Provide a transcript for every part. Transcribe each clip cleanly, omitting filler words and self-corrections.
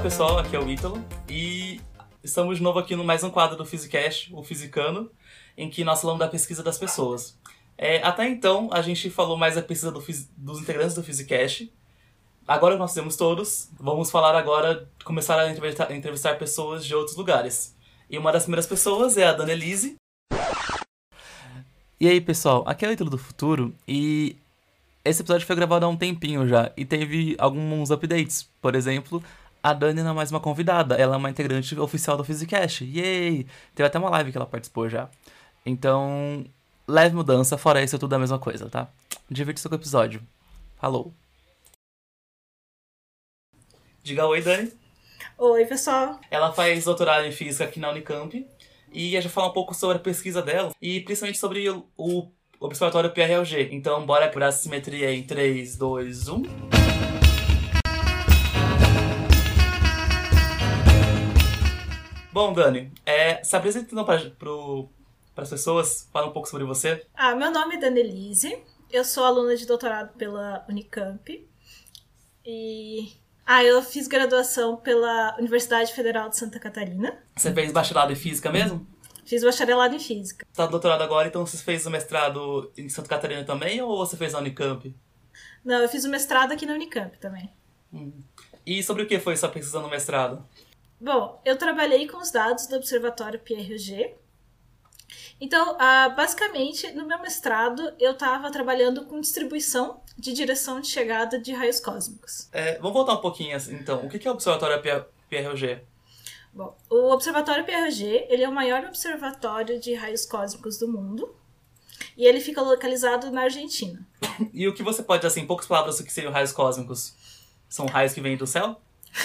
pessoal, aqui é o Ítalo e estamos de novo aqui no mais um quadro do Physicast, o Fisicano, em que nós falamos da pesquisa das pessoas. Até então, a gente falou mais da pesquisa dos integrantes do Physicast. Agora que nós temos todos, vamos falar agora, começar a entrevistar pessoas de outros lugares. E uma das primeiras pessoas é a Dani Elise. E aí, pessoal, aqui é o Ítalo do Futuro e esse episódio foi gravado há um tempinho já e teve alguns updates. Por exemplo, a Dani não é mais uma convidada, ela é uma integrante oficial do Physicast. Yay! Teve até uma live que ela participou já. Então, leve mudança, fora isso é tudo a mesma coisa, tá? Divirta-se com o episódio. Falou! Diga oi, Dani. Oi, pessoal. Ela faz doutorado em física aqui na Unicamp e a gente vai falar um pouco sobre a pesquisa dela e principalmente sobre o Observatório PRLG. Então, bora quebrar a simetria em 3, 2, 1. Bom, Dani, se apresenta então para as pessoas, fala um pouco sobre você. Meu nome é Dani Elise, eu sou aluna de doutorado pela Unicamp e eu fiz graduação pela Universidade Federal de Santa Catarina. Você fez bacharelado em física mesmo? Fiz bacharelado em física. Você está doutorado agora, então você fez o mestrado em Santa Catarina também ou você fez na Unicamp? Não, eu fiz o mestrado aqui na Unicamp também. E sobre o que foi sua pesquisa no mestrado? Bom, eu trabalhei com os dados do Observatório PRLG. Então, basicamente, no meu mestrado, eu estava trabalhando com distribuição de direção de chegada de raios cósmicos. Vamos voltar um pouquinho, então. O que é o Observatório PRLG? Bom, o Observatório PRLG, ele é o maior observatório de raios cósmicos do mundo. E ele fica localizado na Argentina. E o que você pode dizer, em poucas palavras, o que seriam raios cósmicos? São raios que vêm do céu?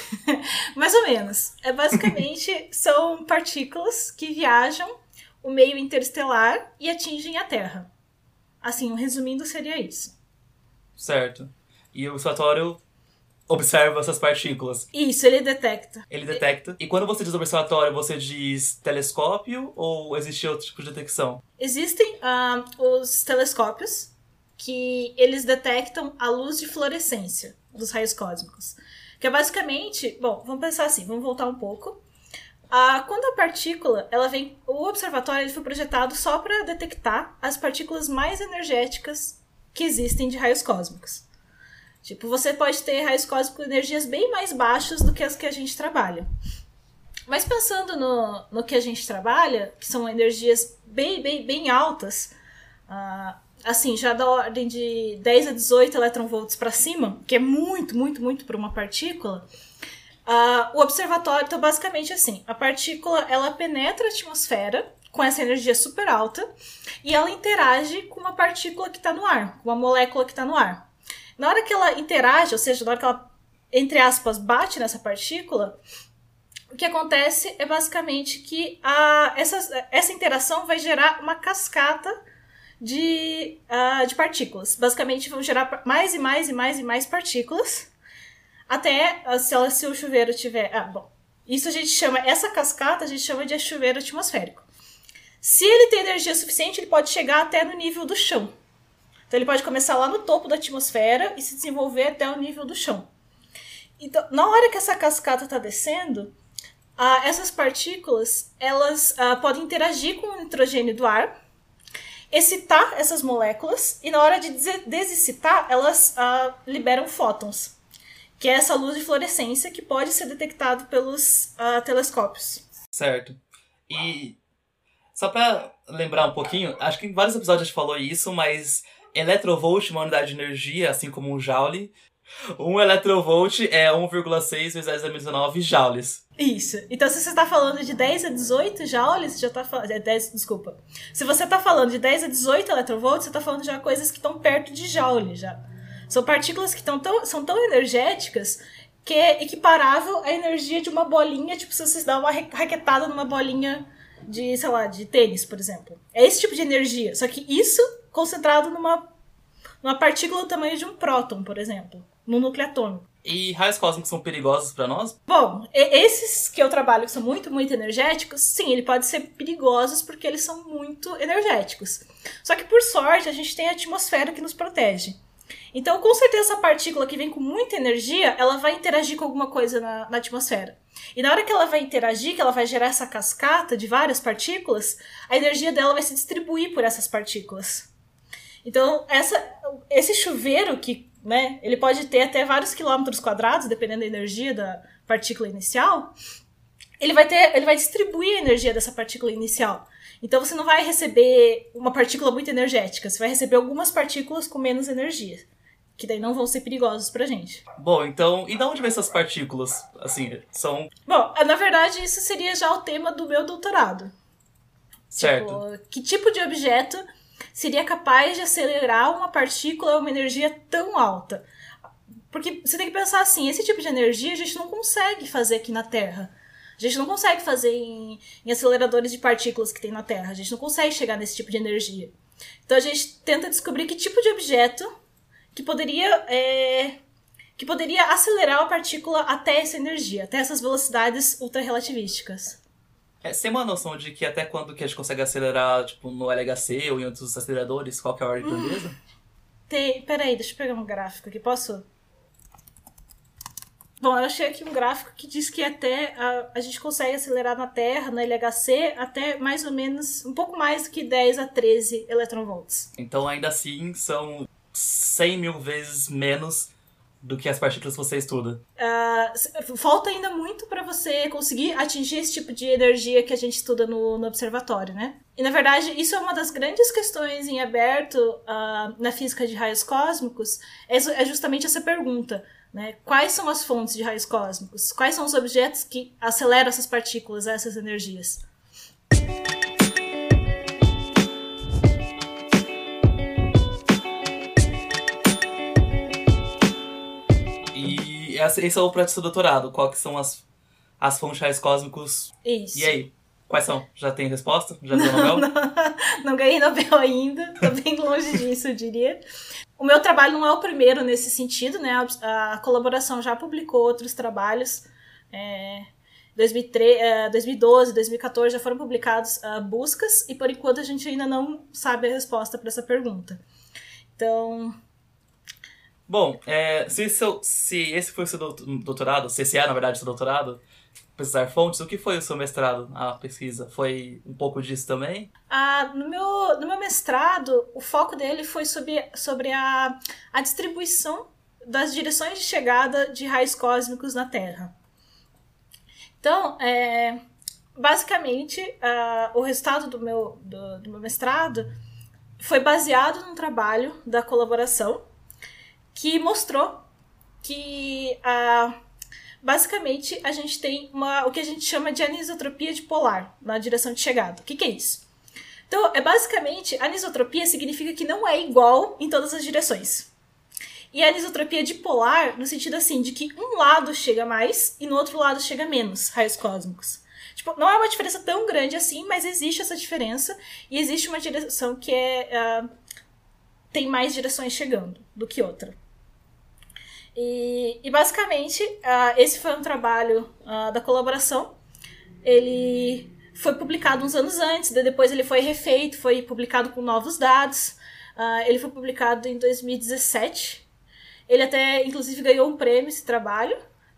Mais ou menos. Basicamente, são partículas que viajam o meio interestelar e atingem a Terra. Assim, resumindo, seria isso. Certo. E o observatório observa essas partículas. Isso, ele detecta. Ele detecta. E quando você diz observatório, você diz telescópio ou existe outro tipo de detecção? Existem os telescópios que eles detectam a luz de fluorescência dos raios cósmicos. Que é basicamente... Bom, vamos pensar assim, vamos voltar um pouco. Quando a partícula, ela vem... O observatório ele foi projetado só para detectar as partículas mais energéticas que existem de raios cósmicos. Tipo, você pode ter raios cósmicos com energias bem mais baixas do que as que a gente trabalha. Mas pensando no que a gente trabalha, que são energias bem altas, assim, já da ordem de 10 a 18 eletronvolts para cima, que é muito para uma partícula, o observatório, então basicamente assim, a partícula ela penetra a atmosfera com essa energia super alta e ela interage com uma partícula que está no ar, com uma molécula que está no ar. Na hora que ela interage, ou seja, na hora que ela, entre aspas, bate nessa partícula, o que acontece é basicamente que essa interação vai gerar uma cascata de partículas. Basicamente vão gerar mais e mais partículas, até se o chuveiro tiver... isso a gente chama, essa cascata a gente chama de chuveiro atmosférico. Se ele tem energia suficiente, ele pode chegar até no nível do chão. Então ele pode começar lá no topo da atmosfera e se desenvolver até o nível do chão. Então, na hora que essa cascata está descendo, essas partículas elas podem interagir com o nitrogênio do ar, excitar essas moléculas e na hora de desexcitar, elas liberam fótons, que é essa luz de fluorescência que pode ser detectado pelos telescópios. Certo. E só para lembrar um pouquinho, acho que em vários episódios a gente falou isso, mas eletrovolt é uma unidade de energia, assim como um joule. 1 eletrovolt é 1,6 vezes 10 a 19 joules. Isso. Então, se você está falando de 10 a 18 joules, você já está falando... Desculpa. Se você está falando de 10 a 18 eletrovolts, você está falando já coisas que estão perto de joule, já. São partículas que são tão energéticas que é equiparável à energia de uma bolinha, tipo, se você dá uma raquetada numa bolinha de, sei lá, de tênis, por exemplo. É esse tipo de energia. Só que isso concentrado numa partícula do tamanho de um próton, por exemplo, no núcleo atômico. E raios cósmicos são perigosos para nós? Bom, esses que eu trabalho que são muito energéticos, sim, eles podem ser perigosos porque eles são muito energéticos. Só que, por sorte, a gente tem a atmosfera que nos protege. Então, com certeza, essa partícula que vem com muita energia, ela vai interagir com alguma coisa na atmosfera. E na hora que ela vai interagir, que ela vai gerar essa cascata de várias partículas, a energia dela vai se distribuir por essas partículas. Então, esse chuveiro que, né, ele pode ter até vários quilômetros quadrados, dependendo da energia da partícula inicial, ele vai distribuir a energia dessa partícula inicial. Então você não vai receber uma partícula muito energética, você vai receber algumas partículas com menos energia, que daí não vão ser perigosas pra gente. Bom, então, e de onde vem essas partículas? Assim, são... Bom, na verdade isso seria já o tema do meu doutorado. Certo. Tipo, que tipo de objeto seria capaz de acelerar uma partícula a uma energia tão alta? Porque você tem que pensar assim, esse tipo de energia a gente não consegue fazer aqui na Terra. A gente não consegue fazer em aceleradores de partículas que tem na Terra. A gente não consegue chegar nesse tipo de energia. Então a gente tenta descobrir que tipo de objeto que poderia acelerar a partícula até essa energia, até essas velocidades ultrarrelativísticas. Você tem uma noção de que até quando que a gente consegue acelerar, tipo, no LHC ou em outros aceleradores? Qual que é a ordem de grandeza? Peraí, deixa eu pegar um gráfico aqui, posso? Bom, eu achei aqui um gráfico que diz que até a gente consegue acelerar na Terra, no LHC, até mais ou menos, um pouco mais do que 10 a 13 eletronvolts. Então, ainda assim, são 100 mil vezes menos do que as partículas que você estuda. Falta ainda muito para você conseguir atingir esse tipo de energia que a gente estuda no observatório, né? E, na verdade, isso é uma das grandes questões em aberto na física de raios cósmicos, é justamente essa pergunta. Né? Quais são as fontes de raios cósmicos? Quais são os objetos que aceleram essas partículas, essas energias? E esse é o projeto do seu doutorado. Qual que são as fontes de raios cósmicos? Isso. E aí? Quais são? Já tem resposta? Já deu Nobel? Não ganhei Nobel ainda. Tô bem longe disso, eu diria. O meu trabalho não é o primeiro nesse sentido, né? A colaboração já publicou outros trabalhos. 2012, 2014 já foram publicados buscas e por enquanto a gente ainda não sabe a resposta para essa pergunta. Então... Bom, se esse foi o seu doutorado, se esse é, na verdade, o seu doutorado, pesquisar fontes, o que foi o seu mestrado, a pesquisa? Foi um pouco disso também? No meu mestrado, o foco dele foi sobre a distribuição das direções de chegada de raios cósmicos na Terra. Então, basicamente, o resultado do meu mestrado foi baseado num trabalho da colaboração que mostrou que basicamente a gente tem o que a gente chama de anisotropia dipolar na direção de chegada. O que é isso? Então, basicamente, anisotropia significa que não é igual em todas as direções. E a anisotropia dipolar, no sentido assim, de que um lado chega mais e no outro lado chega menos raios cósmicos. Tipo, não é uma diferença tão grande assim, mas existe essa diferença e existe uma direção que tem mais direções chegando do que outra. E basicamente, esse foi um trabalho da colaboração. Ele foi publicado uns anos antes, depois ele foi refeito, foi publicado com novos dados. Ele foi publicado em 2017. Ele até, inclusive, ganhou um prêmio, esse trabalho.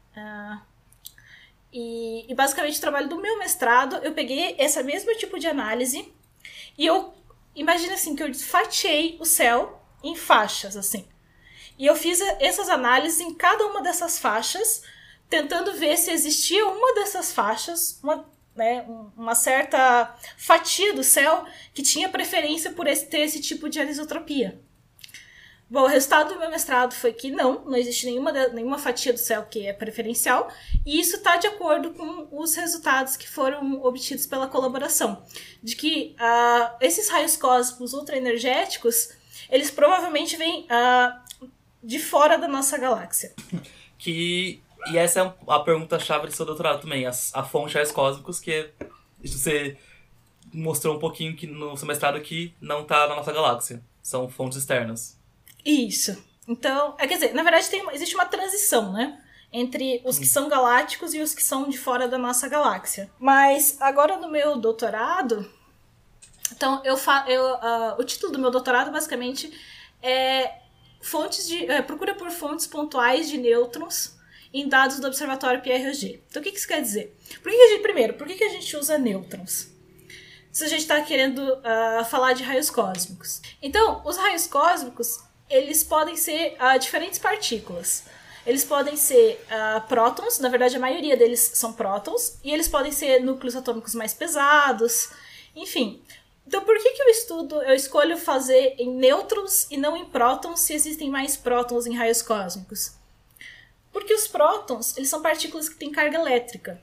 E basicamente, o trabalho do meu mestrado, eu peguei esse mesmo tipo de análise e imagina assim, que eu fatiei o céu em faixas, assim. E eu fiz essas análises em cada uma dessas faixas, tentando ver se existia uma dessas faixas, uma certa fatia do céu que tinha preferência por ter esse tipo de anisotropia. Bom, o resultado do meu mestrado foi que não existe nenhuma fatia do céu que é preferencial, e isso está de acordo com os resultados que foram obtidos pela colaboração, de que esses raios cósmicos ultraenergéticos, eles provavelmente vêm de fora da nossa galáxia. E essa é a pergunta-chave do seu doutorado também, a fonte de raios cósmicos, que você mostrou um pouquinho que no seu mestrado que não está na nossa galáxia, são fontes externas. Isso. Então, quer dizer, na verdade existe uma transição, né? Entre os que são galácticos e os que são de fora da nossa galáxia. Mas agora no meu doutorado, então o título do meu doutorado basicamente é procura por fontes pontuais de nêutrons em dados do Observatório Pierre-Roger. Então, o que isso quer dizer? Primeiro, por que a gente usa nêutrons? Se a gente está querendo falar de raios cósmicos. Então, os raios cósmicos, eles podem ser diferentes partículas. Eles podem ser prótons, na verdade a maioria deles são prótons, e eles podem ser núcleos atômicos mais pesados, enfim. Então, por que eu escolho fazer em nêutrons e não em prótons se existem mais prótons em raios cósmicos? Porque os prótons, eles são partículas que têm carga elétrica.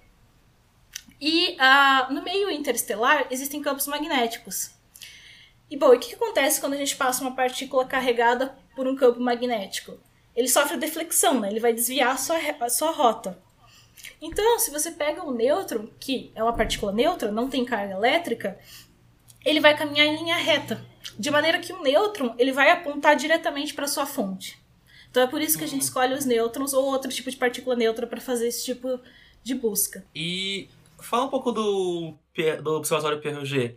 E no meio interestelar existem campos magnéticos. E, bom, o que acontece quando a gente passa uma partícula carregada por um campo magnético? Ele sofre deflexão, né? Ele vai desviar a sua rota. Então, se você pega um nêutron, que é uma partícula neutra, não tem carga elétrica, ele vai caminhar em linha reta, de maneira que um nêutron ele vai apontar diretamente para sua fonte. Então é por isso que a gente escolhe os nêutrons ou outro tipo de partícula neutra para fazer esse tipo de busca. E fala um pouco do Observatório Pierre-Roger.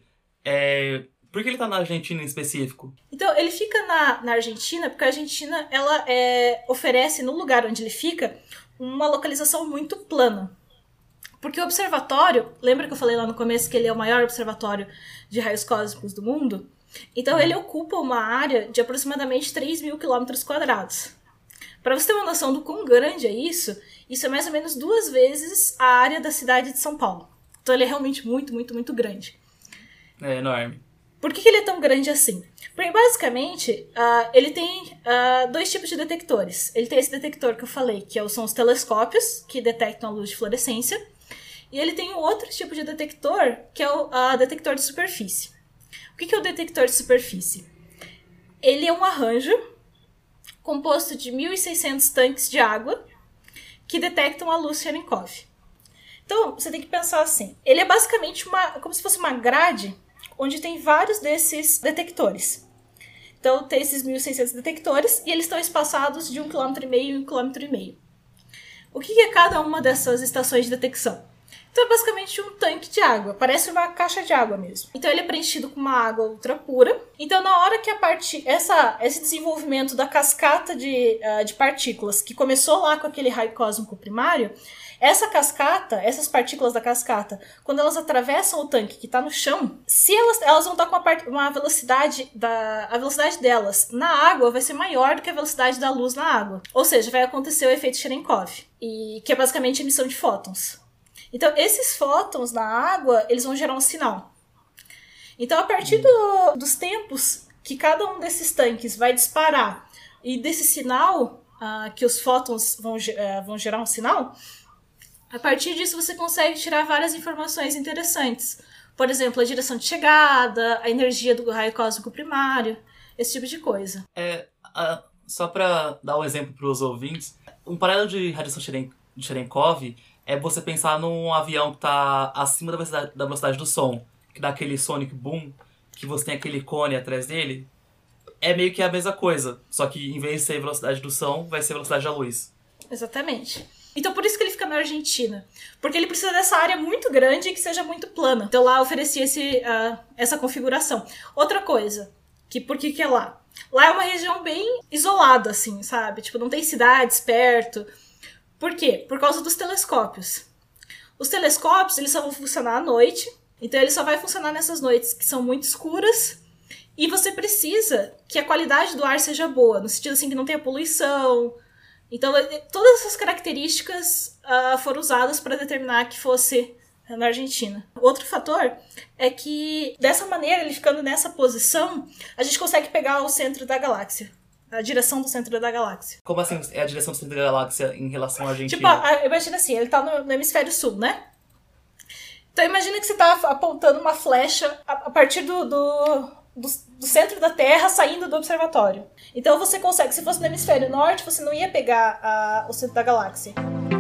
Por que ele está na Argentina em específico? Então, ele fica na Argentina porque a Argentina ela oferece, no lugar onde ele fica, uma localização muito plana. Porque o observatório, lembra que eu falei lá no começo que ele é o maior observatório de raios cósmicos do mundo? Então ele ocupa uma área de aproximadamente 3.000 km². Para você ter uma noção do quão grande é isso é mais ou menos 2 vezes a área da cidade de São Paulo. Então ele é realmente muito, muito, muito grande. É enorme. Por que ele é tão grande assim? Porque basicamente ele tem 2 tipos de detectores. Ele tem esse detector que eu falei, que são os telescópios, que detectam a luz de fluorescência. E ele tem um outro tipo de detector, que é o detector de superfície. O que é o detector de superfície? Ele é um arranjo composto de 1.600 tanques de água que detectam a luz Cherenkov. Então, você tem que pensar assim. Ele é basicamente como se fosse uma grade onde tem vários desses detectores. Então, tem esses 1.600 detectores e eles estão espaçados de 1,5 km em 1,5 km. O que é cada uma dessas estações de detecção? Então é basicamente um tanque de água, parece uma caixa de água mesmo. Então ele é preenchido com uma água ultra pura. Então na hora que esse desenvolvimento da cascata de partículas, que começou lá com aquele raio cósmico primário, essa cascata, essas partículas da cascata, quando elas atravessam o tanque que está no chão, se elas vão estar com uma velocidade, a velocidade delas na água vai ser maior do que a velocidade da luz na água. Ou seja, vai acontecer o efeito Cherenkov, que é basicamente a emissão de fótons. Então, esses fótons na água, eles vão gerar um sinal. Então, a partir dos tempos que cada um desses tanques vai disparar e desse sinal, que os fótons vão gerar um sinal, a partir disso você consegue tirar várias informações interessantes. Por exemplo, a direção de chegada, a energia do raio cósmico primário, esse tipo de coisa. Só para dar um exemplo para os ouvintes, um paralelo de radiação de Cherenkov é você pensar num avião que está acima da velocidade do som, que dá aquele sonic boom, que você tem aquele cone atrás dele. É meio que a mesma coisa, só que em vez de ser velocidade do som, vai ser velocidade da luz. Exatamente. Então por isso que ele fica na Argentina, porque ele precisa dessa área muito grande e que seja muito plana. Então lá oferecia essa configuração. Outra coisa, por que é lá? Lá é uma região bem isolada, assim, sabe? Tipo, não tem cidades perto. Por quê? Por causa dos telescópios. Os telescópios, eles só vão funcionar à noite, então ele só vai funcionar nessas noites que são muito escuras, e você precisa que a qualidade do ar seja boa, no sentido assim que não tenha poluição. Então, todas essas características foram usadas para determinar que fosse na Argentina. Outro fator é que, dessa maneira, ele ficando nessa posição, a gente consegue pegar o centro da galáxia. A direção do centro da galáxia. Como assim é a direção do centro da galáxia em relação à Argentina? Tipo, imagina assim, ele tá no hemisfério sul, né? Então imagina que você tá apontando uma flecha a partir do centro da Terra saindo do observatório. Então você consegue, se fosse no hemisfério norte, você não ia pegar o centro da galáxia.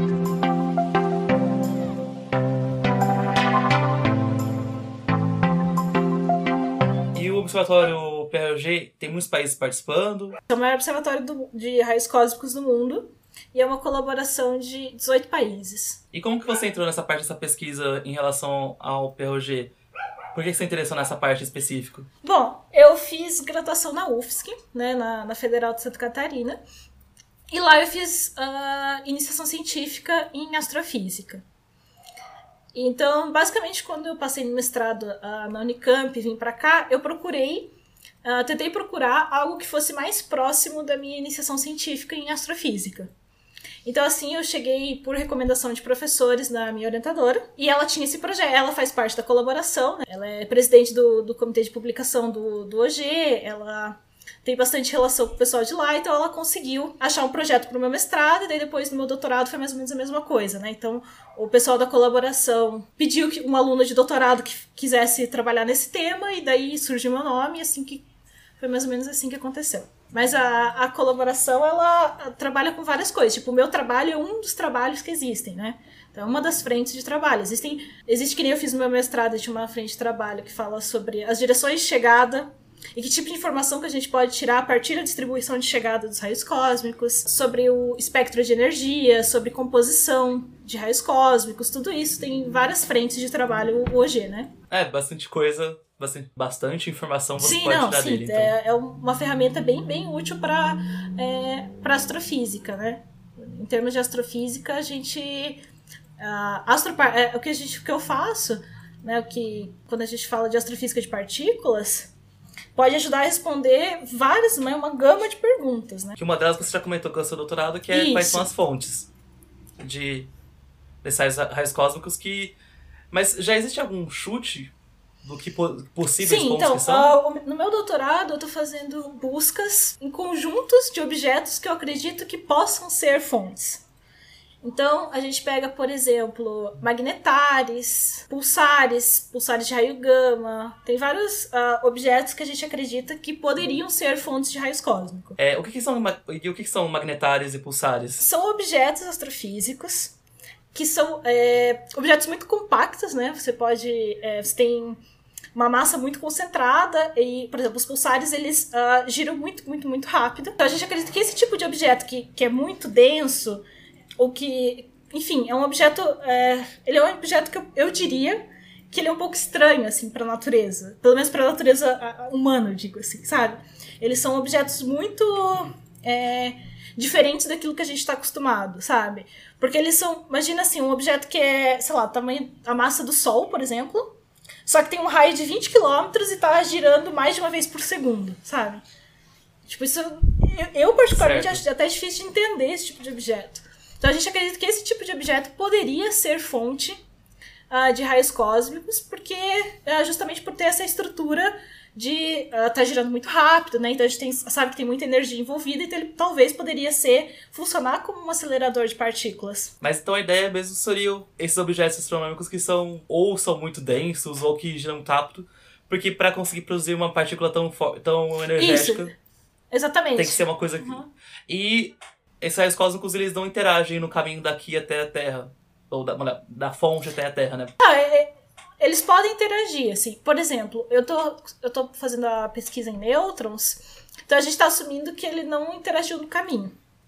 E o observatório Pierre-Roger tem muitos países participando. É o maior observatório de raios cósmicos do mundo e é uma colaboração de 18 países. E como que você entrou nessa parte dessa pesquisa em relação ao Pierre-Roger? Por que você se interessou nessa parte específica? Bom, eu fiz graduação na UFSC, né, na Federal de Santa Catarina, e lá eu fiz iniciação científica em astrofísica. Então, basicamente, quando eu passei no mestrado na Unicamp e vim para cá, eu tentei procurar algo que fosse mais próximo da minha iniciação científica em astrofísica. Então, assim, eu cheguei por recomendação de professores na minha orientadora, e ela tinha esse projeto, ela faz parte da colaboração, né? Ela é presidente do comitê de publicação do OG, ela tem bastante relação com o pessoal de lá, então ela conseguiu achar um projeto para o meu mestrado, e daí depois no meu doutorado foi mais ou menos a mesma coisa, né? Então, o pessoal da colaboração pediu que um aluno de doutorado que quisesse trabalhar nesse tema, e daí surgiu meu nome, e foi mais ou menos assim que aconteceu. Mas a colaboração, ela trabalha com várias coisas. Tipo, o meu trabalho é um dos trabalhos que existem, né? Então, é uma das frentes de trabalho. Existe que nem eu fiz no meu mestrado, de uma frente de trabalho que fala sobre as direções de chegada e que tipo de informação que a gente pode tirar a partir da distribuição de chegada dos raios cósmicos, sobre o espectro de energia, sobre composição de raios cósmicos, tudo isso tem várias frentes de trabalho hoje, né? Bastante coisa, bastante informação você pode tirar dele. Então. É uma ferramenta bem útil para astrofísica, né? Em termos de astrofísica, a gente... o que eu faço, né, quando a gente fala de astrofísica de partículas, pode ajudar a responder uma gama de perguntas, né? Que uma delas você já comentou com o seu doutorado, que é quais são as fontes desses raios cósmicos que... Mas já existe algum chute do que possíveis fontes que são? No meu doutorado eu estou fazendo buscas em conjuntos de objetos que eu acredito que possam ser fontes. Então, a gente pega, por exemplo, magnetares, pulsares de raio gama. Tem vários objetos que a gente acredita que poderiam ser fontes de raios cósmicos. O que são magnetares e pulsares? São objetos astrofísicos que são objetos muito compactos, né? Você tem uma massa muito concentrada e, por exemplo, os pulsares, eles giram muito, muito, muito rápido. Então, a gente acredita que esse tipo de objeto que é muito denso, ou que, enfim, é um objeto... ele é um objeto que eu diria que ele é um pouco estranho, assim, para a natureza. Pelo menos para a natureza humana, eu digo assim, sabe? Eles são objetos muito diferentes daquilo que a gente está acostumado, sabe? Porque eles são... Imagina, assim, um objeto que é, sei lá, a massa do Sol, por exemplo, só que tem um raio de 20 km e está girando mais de uma vez por segundo, sabe? Tipo, isso... Eu particularmente, acho até difícil de entender esse tipo de objeto. Então, a gente acredita que esse tipo de objeto poderia ser fonte de raios cósmicos, porque justamente por ter essa estrutura de estar girando muito rápido, né? Então, a gente sabe que tem muita energia envolvida, então ele talvez poderia funcionar como um acelerador de partículas. Mas então a ideia mesmo seriam esses objetos astronômicos que são muito densos ou que giram muito rápido, porque para conseguir produzir uma partícula tão energética... Isso, exatamente. Tem que ser uma coisa... E... Esses raios cósmicos, eles não interagem no caminho daqui até a Terra. Ou da fonte até a Terra, né? Eles podem interagir, assim. Por exemplo, eu tô fazendo a pesquisa em nêutrons, então a gente tá assumindo que ele não interagiu no caminho.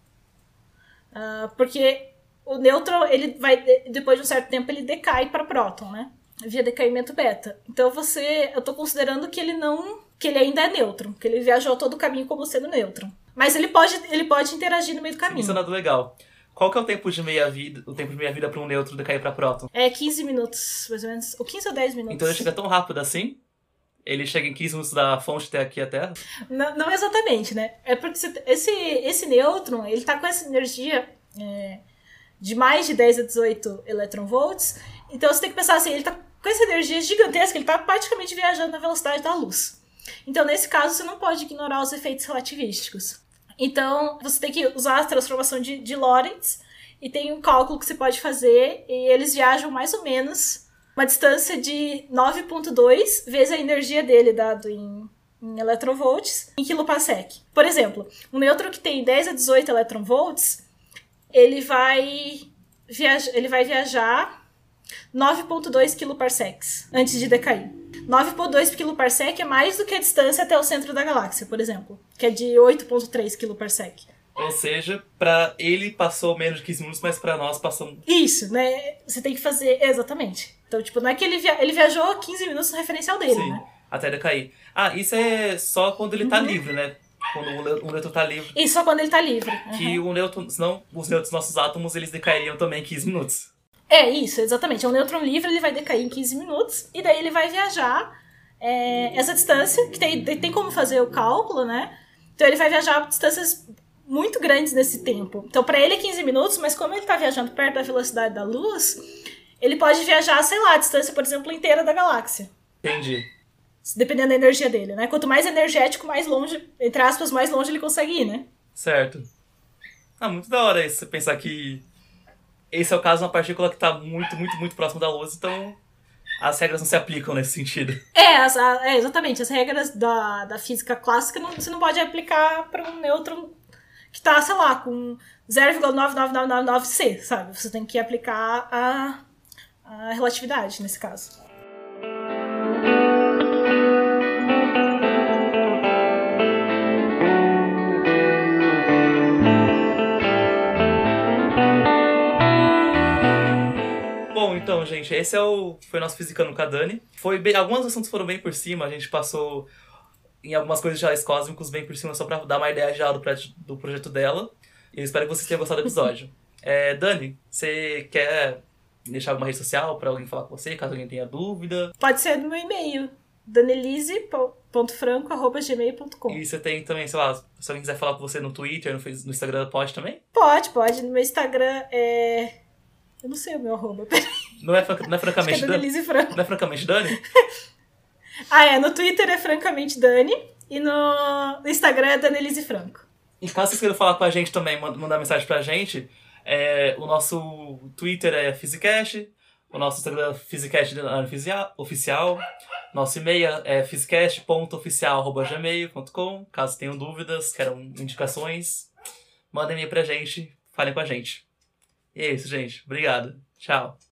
Porque o nêutron, ele vai, depois de um certo tempo, ele decai para próton, né? Via decaimento beta. Então eu tô considerando que ele ainda é nêutron, que ele viajou todo o caminho como sendo nêutron. Mas ele pode interagir no meio do caminho. Isso é nada legal. Qual que é o tempo de meia-vida para um nêutron decair para próton? 15 minutos, mais ou menos. Ou 15 ou 10 minutos. Então ele chega tão rápido assim? Ele chega em 15 minutos da fonte até aqui a Terra? Não exatamente, né? É porque esse nêutron, ele tá com essa energia de mais de 10 a 18 eletronvolts. Então você tem que pensar assim, ele tá com essa energia gigantesca, ele tá praticamente viajando na velocidade da luz. Então, nesse caso, você não pode ignorar os efeitos relativísticos. Então, você tem que usar a transformação de Lorentz e tem um cálculo que você pode fazer e eles viajam mais ou menos uma distância de 9,2 vezes a energia dele dado em eletronvolts em kiloparsec. Por exemplo, um nêutron que tem 10 a 18 eletronvolts, ele vai viajar 9,2 kiloparsecs antes de decair. 9,2 kiloparsec é mais do que a distância até o centro da galáxia, por exemplo, que é de 8,3 kiloparsec. Ou seja, para ele passou menos de 15 minutos, mas para nós passou... Isso, né? Você tem que fazer... Exatamente. Então, tipo, não é que ele viajou 15 minutos no referencial dele, Sim. né? Até decair. Ah, isso é só quando ele tá livre, né? Quando o nêutron tá livre. Isso só quando ele tá livre. Que o nêutron, senão os nêutrons dos nossos átomos, eles decairiam também em 15 minutos. É, isso, exatamente. É um nêutron livre, ele vai decair em 15 minutos, e daí ele vai viajar essa distância, que tem como fazer o cálculo, né? Então ele vai viajar distâncias muito grandes nesse tempo. Então para ele é 15 minutos, mas como ele tá viajando perto da velocidade da luz, ele pode viajar, sei lá, a distância, por exemplo, inteira da galáxia. Entendi. Dependendo da energia dele, né? Quanto mais energético, mais longe, entre aspas, mais longe ele consegue ir, né? Certo. Ah, muito da hora isso, você pensar que esse é o caso de uma partícula que tá muito, muito, muito próximo da luz, então as regras não se aplicam nesse sentido. Exatamente. As regras da física clássica você não pode aplicar para um nêutron que tá, sei lá, com 0,99999C, sabe? Você tem que aplicar a relatividade nesse caso. Bom, então, gente, esse foi o nosso Fisicando com a Dani. Alguns assuntos foram bem por cima, a gente passou em algumas coisas de raios cósmicos bem por cima, só pra dar uma ideia geral do projeto dela. E eu espero que vocês tenham gostado do episódio. Dani, você quer deixar alguma rede social pra alguém falar com você, caso alguém tenha dúvida? Pode ser no meu e-mail, danelise.franco@gmail.com. E você tem também, sei lá, se alguém quiser falar com você no Twitter, no Instagram, pode também? Pode. No meu Instagram eu não sei o meu arroba, peraí. Não é francamente Acho que é Dani? Danelise Franco. Não é francamente Dani? No Twitter é francamente Dani e no Instagram é Danelise Franco. E caso vocês queiram falar com a gente também, mandar mensagem pra gente, o nosso Twitter é Physicast, o nosso Instagram é Physicast oficial, nosso e-mail é physicast.oficial@gmail.com. Caso tenham dúvidas, queiram indicações, mandem e-mail pra gente, falem com a gente. E é isso, gente. Obrigado. Tchau.